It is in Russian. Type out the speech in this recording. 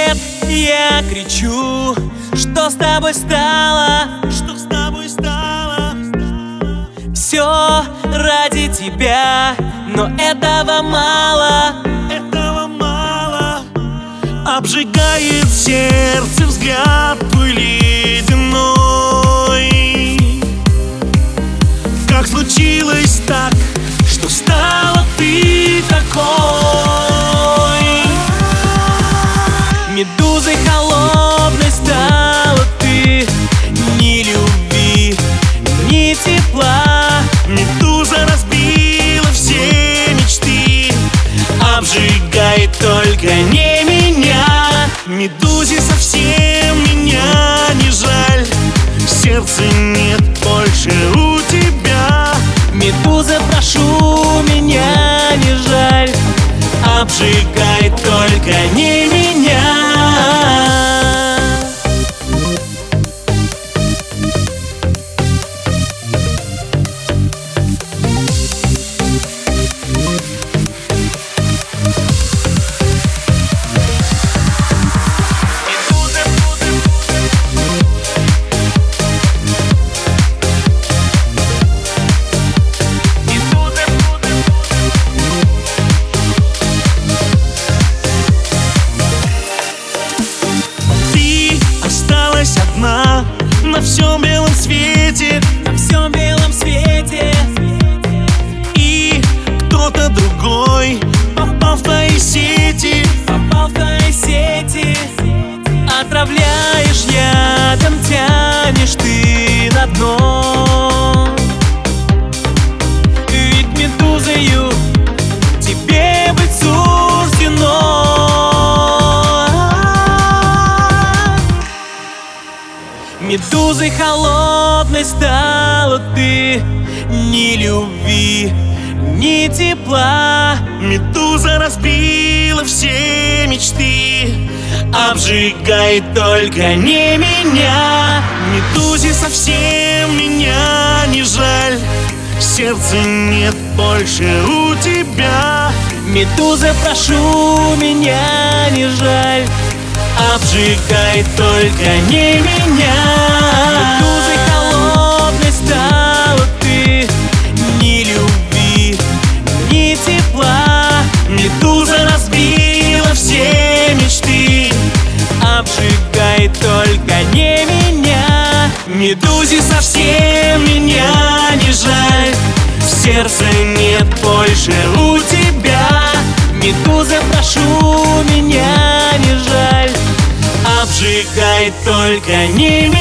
свет, я кричу, что с тобой стало? Что с тобой стало? Все ради тебя, но этого мало. Этого мало. Обжигает сердце взгляд твой ледяной. Как случилось так, что стала ты такой? Медузой холодной стала ты. Ни любви, ни тепла. Медуза разбила все мечты. Обжигает только не меня. Медузе совсем меня не жаль. Сердца нет больше у тебя. Медуза, прошу, меня не жаль. Обжигает только не меня. Одна на всем белом свете, на всем белом свете. И кто-то другой попал в твои сети, попал в твои сети. Отравляешь ядом, тянешь ты на дно. Ведь медузою тебе быть суждено. Медузой холодной стала ты. Ни любви, ни тепла. Медуза разбила все мечты. Обжигает только не меня. Медузе совсем меня не жаль. Сердца нет больше у тебя. Медуза, прошу, меня не жаль. Обжигает только не меня. Медузой холодной стала ты. Ни любви, ни тепла. Медуза разбила все мечты. Обжигает только не меня. Медузе совсем меня не жаль. Сердца нет больше у тебя. Медуза, прошу, меня не жаль. Обжигает только не меня.